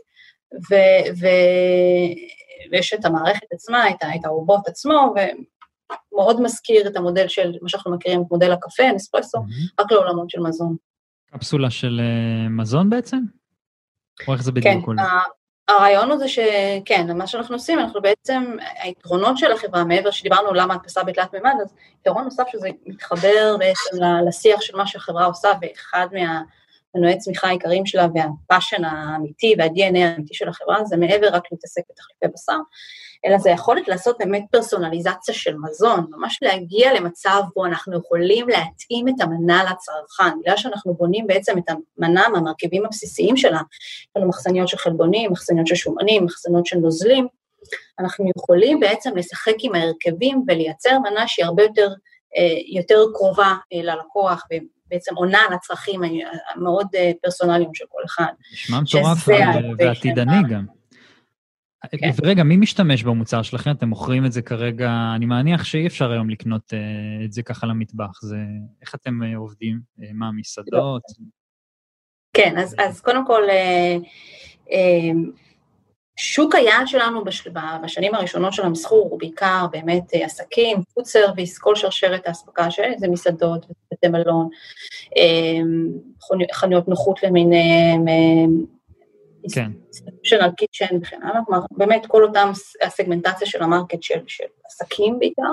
Speaker 6: ויש את המערכת עצמה, את הרובוט עצמו, ומאוד מזכיר את המודל של, מה שאנחנו מכירים, את מודל הקפה, נספרסו, רק לעולמות של מזון.
Speaker 2: קפסולה של מזון בעצם? או איך זה בדיוק?
Speaker 6: כן, הרעיון הוא זה שכן, מה שאנחנו עושים, אנחנו בעצם, היתרונות של החברה, מעבר שדיברנו למה הדפסה בתלת מימד, אז יתרון נוסף שזה מתחבר בעצם לשיח של מה שהחברה עושה, ואחד מנועי צמיחה העיקריים שלה, והפאשן האמיתי וה-DNA האמיתי של החברה, זה מעבר רק להתעסק בתחליפי בשר, אלא זה יכולת לעשות באמת פרסונליזציה של מזון, ממש להגיע למצב בו אנחנו יכולים להתאים את המנה לצרכן, בגלל שאנחנו בונים בעצם את המנה מהמרכיבים הבסיסיים שלה, יש לנו מחסניות של חלבונים, מחסניות של שומנים, מחסניות של נוזלים, אנחנו יכולים בעצם לשחק עם ההרכבים ולייצר מנה שהיא הרבה יותר קרובה ללקוח, בעצם עונה על הצרכים המאוד פרסונליים של כל אחד.
Speaker 2: נשמע מטורף ועתידני גם. ורגע, מי משתמש במוצר שלכם? אתם מוכרים את זה כרגע, אני מניח שאי אפשר היום לקנות את זה ככה למטבח, איך אתם עובדים? מה, מסעדות?
Speaker 6: כן, אז קודם כל, שוק היעד שלנו בשנים הראשונות של המסחור, הוא בעיקר באמת עסקים, food service, כל שרשרת ההספקה זה מסעדות, בתי מלון, חנויות נוחות למיניהם,
Speaker 2: כן.
Speaker 6: של קיצ'ן וכן הלאה, כלומר, באמת כל אותם הסגמנטציה של המרקט של עסקים בעיקר,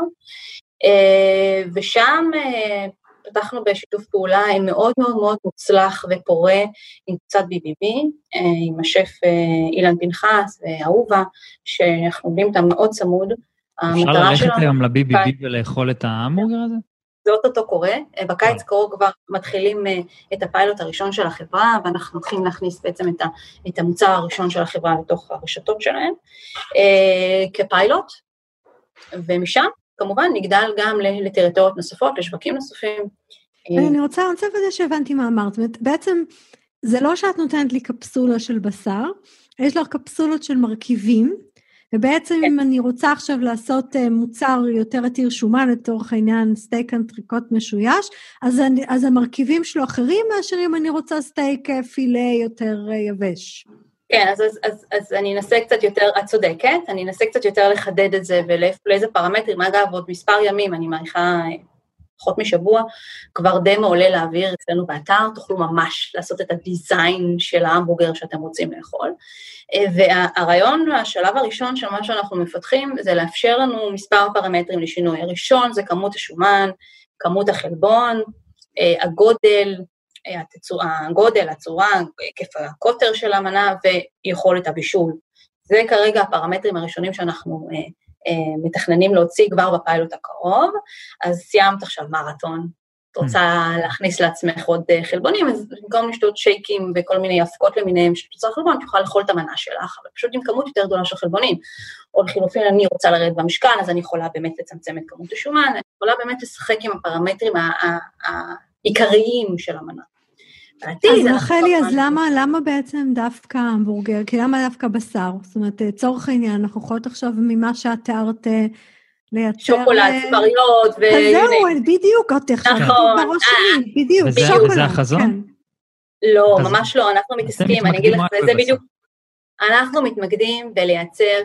Speaker 6: ושם פתחנו בשיתוף פעולה מאוד מאוד מאוד מוצלח ופורה עם קצת BBB, עם השף אילן פנחס ואהובה, שאנחנו עובדים איתם מאוד צמוד.
Speaker 2: אפשר ללכת היום ל-BBB ולאכול את ההמבורגר הזה?
Speaker 6: זה אותו קורה, בקיץ קרוב כבר מתחילים את הפיילוט הראשון של החברה, ואנחנו הולכים להכניס בעצם את המוצר הראשון של החברה לתוך הרשתות שלהם, כפיילוט, ומשם כמובן נגדל גם לטריטוריות נוספות, לשווקים נוספים.
Speaker 3: אני רוצה לזה שהבנתי מה אמרת, בעצם זה לא שאת נותנת לי קפסולה של בשר, יש לך קפסולות של מרכיבים, ובעצם אם אני רוצה עכשיו לעשות מוצר יותר עתיר שומן, לתורך העניין סטייק אנטריקוט משויש, אז המרכיבים שלו אחרים מאשר אם אני רוצה סטייק פילה יותר יבש.
Speaker 6: כן, אז אני אנסה קצת יותר, את צודקת, אני אנסה קצת יותר לחדד את זה, ולאיזה פרמטרים, אגב, עוד מספר ימים, אני מעריכה פחות משבוע, כבר דמו עולה לאוויר אצלנו באתר, תוכלו ממש לעשות את הדיזיין של ההמבורגר שאתם רוצים לאכול, והרעיון, השלב הראשון של מה שאנחנו מפתחים, זה לאפשר לנו מספר פרמטרים לשינוי. הראשון זה כמות השומן, כמות החלבון, הגודל, הצורה, היקף הקוטר של המנה, ויכולת הבישול. זה כרגע הפרמטרים הראשונים שאנחנו מתכננים להוציא כבר בפיילוט הקרוב, אז סיימת עכשיו מרתון, את רוצה להכניס לעצמך עוד חלבונים, אז במקום לשתות שייקים וכל מיני הפקות למיניהם של תוצר חלבון, תוכל לאכול את המנה שלך, אבל פשוט עם כמות יותר גדולה של חלבונים, או לחילופין אני רוצה לרדת במשקל, אז אני יכולה באמת לצמצם את כמות השומן, אני יכולה באמת לשחק עם הפרמטרים העיקריים של המנה.
Speaker 3: אז רחלי, אז למה בעצם דווקא המבורגר? כי למה דווקא בשר? זאת אומרת, צורך העניין, אנחנו יכולות עכשיו ממה שאת תיארת לייצר...
Speaker 6: שוקולד, ספריות,
Speaker 3: זהו, בדיוק,
Speaker 6: נכון.
Speaker 3: בראש שלי, בדיוק,
Speaker 2: שוקולד. וזה החזון?
Speaker 6: לא, ממש לא, אנחנו מתעסקים, אני אגיד לך, זה בדיוק, אנחנו מתמקדים בלייצר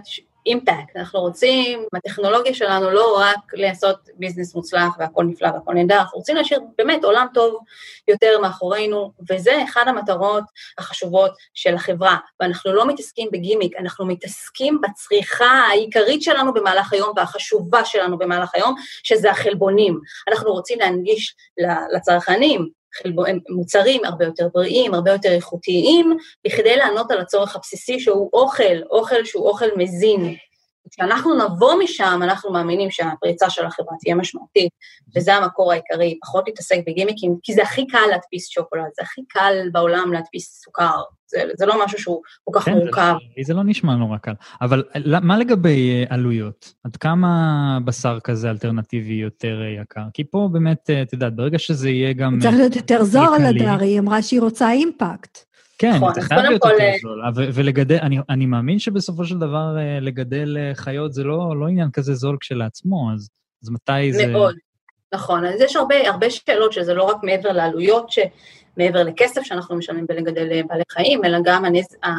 Speaker 6: אימפקט, אנחנו רוצים, הטכנולוגיה שלנו לא רק לעשות ביזנס מוצלח והכל נפלא והכל נהדר, אנחנו רוצים להשאיר באמת עולם טוב יותר מאחורינו, וזה אחד המטרות החשובות של החברה, ואנחנו לא מתעסקים בגימיק, אנחנו מתעסקים בצריכה העיקרית שלנו במהלך היום, והחשובה שלנו במהלך היום, שזה החלבונים. אנחנו רוצים להנגיש לצרכנים, מוצרים הרבה יותר בריאים, הרבה יותר איכותיים, בכדי לענות על הצורך הבסיסי שהוא אוכל שהוא אוכל מזין. כשאנחנו נבוא משם, אנחנו מאמינים שהפריצה של החברה תהיה משמעותית, וזה המקור העיקרי, פחות להתעסק בגימיקים, כי זה הכי קל להדפיס שוקולד, זה הכי קל בעולם להדפיס סוכר, זה לא משהו שהוא כל כך מורכב.
Speaker 2: זה לא נשמע נורא קל, אבל מה לגבי עלויות? עד כמה בשר כזה אלטרנטיבי יותר יקר? כי פה באמת, אתה יודע, ברגע שזה יהיה גם...
Speaker 3: צריך להיות יותר זול לדער, היא אמרה שהיא רוצה אימפקט.
Speaker 2: כן, זה חייב להיות יותר זול, ולגדל, אני מאמין שבסופו של דבר לגדל חיות זה לא עניין כזה זול כשלעצמו, אז מתי זה...
Speaker 6: מאוד, נכון, אז יש הרבה שאלות שזה לא רק מעבר לעלויות, מעבר לכסף שאנחנו משלמים בלגדל בעלי חיים, אלא גם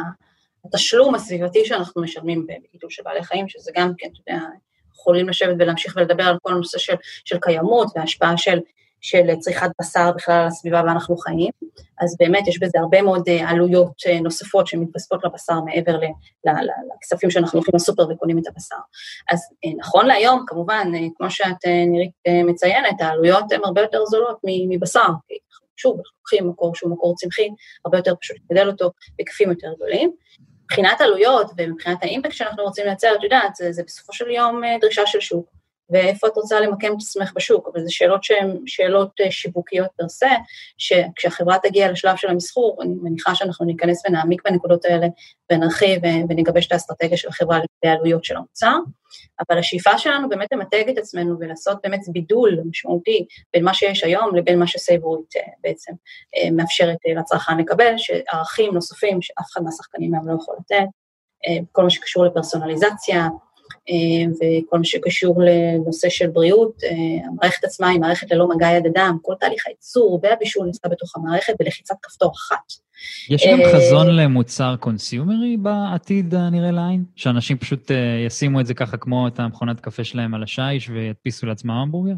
Speaker 6: התשלום הסביבתי שאנחנו משלמים בגידול של בעלי חיים, שזה גם כן, אתה יודע, יכולים לשבת ולהמשיך ולדבר על כל הנושא של קיימות וההשפעה של צריכת בשר בכלל על הסביבה ואנחנו חיים, אז באמת יש בזה הרבה מאוד עלויות נוספות שמתווספות לבשר מעבר לכספים שאנחנו הולכים לסופר וקונים את הבשר. אז נכון להיום, כמובן, כמו שאת נירית מציינת, העלויות הן הרבה יותר זולות מבשר, כי שוב, אנחנו לוקחים מקור שהוא מקור צמחי, הרבה יותר פשוט לגדל אותו בהיקפים יותר גדולים. מבחינת עלויות ומבחינת האימפקט שאנחנו רוצים לייצר, את יודעת, זה בסופו של יום דרישה של שוק. ואיפה את רוצה למקם את עצמך בשוק, אבל זה שאלות שהן שאלות שיווקיות פרסה, שכשהחברה תגיע לשלב של המסחור, אני מניחה שאנחנו ניכנס ונעמיק בנקודות האלה, ונרחיב ונגבש את האסטרטגיה של החברה לפי העלויות של המוצר, אבל השאיפה שלנו באמת למתג את עצמנו, ולעשות באמת בידול משמעותי, בין מה שיש היום לבין מה שסייבורית בעצם מאפשרת לצרכן לקבל, שערכים נוספים שאף אחד מהשחקנים מהם לא יכול לתת, כל מה שקשור לפרסונליזציה, וכל מה שקשור לנושא של בריאות, המערכת עצמה היא מערכת ללא מגע יד אדם, כל תהליך הייצור והבישול נעשה בתוך המערכת בלחיצת כפתור אחת.
Speaker 2: יש גם חזון למוצר קונסיומרי בעתיד הנראה לעין? שאנשים פשוט ישימו את זה ככה כמו את המכונת קפה שלהם על השיש וידפיסו לעצמם המבורגר?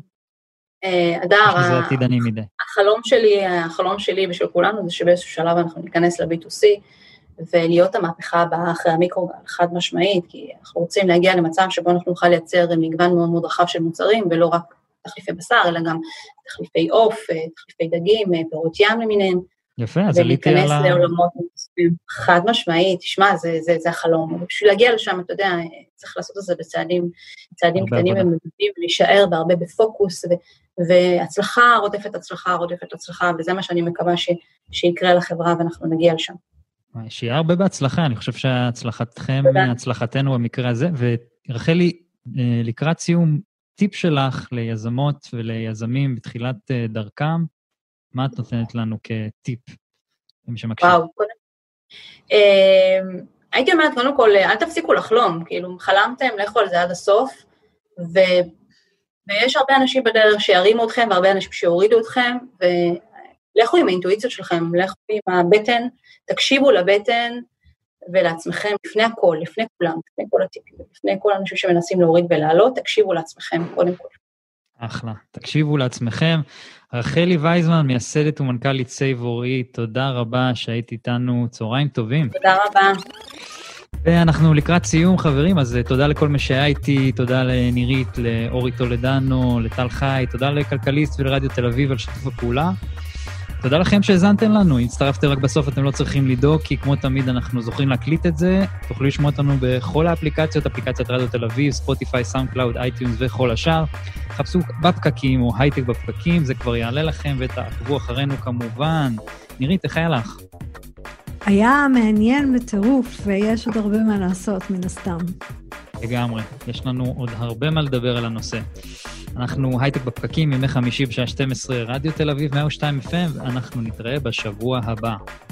Speaker 6: אדר,
Speaker 2: זה עתיד אני מדי.
Speaker 6: החלום שלי ושל כולנו זה שבאיזשהו שלב אנחנו ניכנס ל-B2C, ולהיות המהפכה הבאה אחרי המיקרוגל, חד משמעית, כי אנחנו רוצים להגיע למצב שבו אנחנו נוכל לייצר מגוון מאוד מאוד רחב של מוצרים, ולא רק תחליפי בשר, אלא גם תחליפי עוף, תחליפי דגים, פירות ים למיניהם.
Speaker 2: יפה, אז עליתי על
Speaker 6: ולהיכנס לעולמות חד משמעית, תשמע, זה החלום. בשביל להגיע לשם, אתה יודע, צריך לעשות את זה בצעדים קטנים ומדודים, ולהישאר בהרבה בפוקוס, והצלחה רודפת הצלחה, וזה מה שאני מקווה שיקרה לחברה, ואנחנו נגיע לשם.
Speaker 2: שיהיה הרבה בהצלחה, אני חושב שהצלחתכם, הצלחתנו במקרה הזה, ורחלי, לקראת סיום, טיפ שלך ליזמות וליזמים בתחילת דרכם, מה את נותנת לנו כטיפ?
Speaker 6: וואו, קודם. הייתי אומרת, קודם כל, אל תפסיקו לחלום, כאילו, חלמתם, לכו על זה עד הסוף, ויש הרבה אנשים בדרך שירימו אתכם, והרבה אנשים שיורידו אתכם, לכו עם האינטואיציות שלכם, לכו עם הבטן, תקשיבו לבטן ולעצמכם, לפני הכל, לפני כולם, לפני כל הטיפים, לפני כל האנשים שמנסים להוריד ולעלות, תקשיבו לעצמכם קודם כל.
Speaker 2: אחלה, תקשיבו לעצמכם. רחלי וייזמן, מייסדת ומנכ"לית סייבורית, תודה רבה שהיית איתנו, צהריים טובים.
Speaker 6: תודה רבה.
Speaker 2: ואנחנו לקראת סיום, חברים, אז תודה לכל מי שהיה איתי, תודה לנירית, לאורי טולדנו, לטל חי, תודה לכלכליסט ולרדיו תל אביב על שיתוף הפעולה. תודה לכם שהזנתם לנו, אם הצטרפתם רק בסוף אתם לא צריכים לדאוג, כי כמו תמיד אנחנו זוכרים להקליט את זה, תוכלו לשמוע אותנו בכל האפליקציות, אפליקציית רדיו תל אביב, ספוטיפיי, סאונד קלאוד, אייטיונס וכל השאר, חפשו בפקקים או הייטק בפקקים, זה כבר יעלה לכם ותעקבו אחרינו כמובן. נירית, איך היה לך?
Speaker 3: היה מעניין בטירוף, ויש עוד הרבה מה לעשות מן הסתם.
Speaker 2: לגמרי, יש לנו עוד הרבה מה לדבר על הנושא. אנחנו הייטק בפקקים, ימי חמישי בשעה 12, רדיו תל אביב 102 FM, ואנחנו נתראה בשבוע הבא.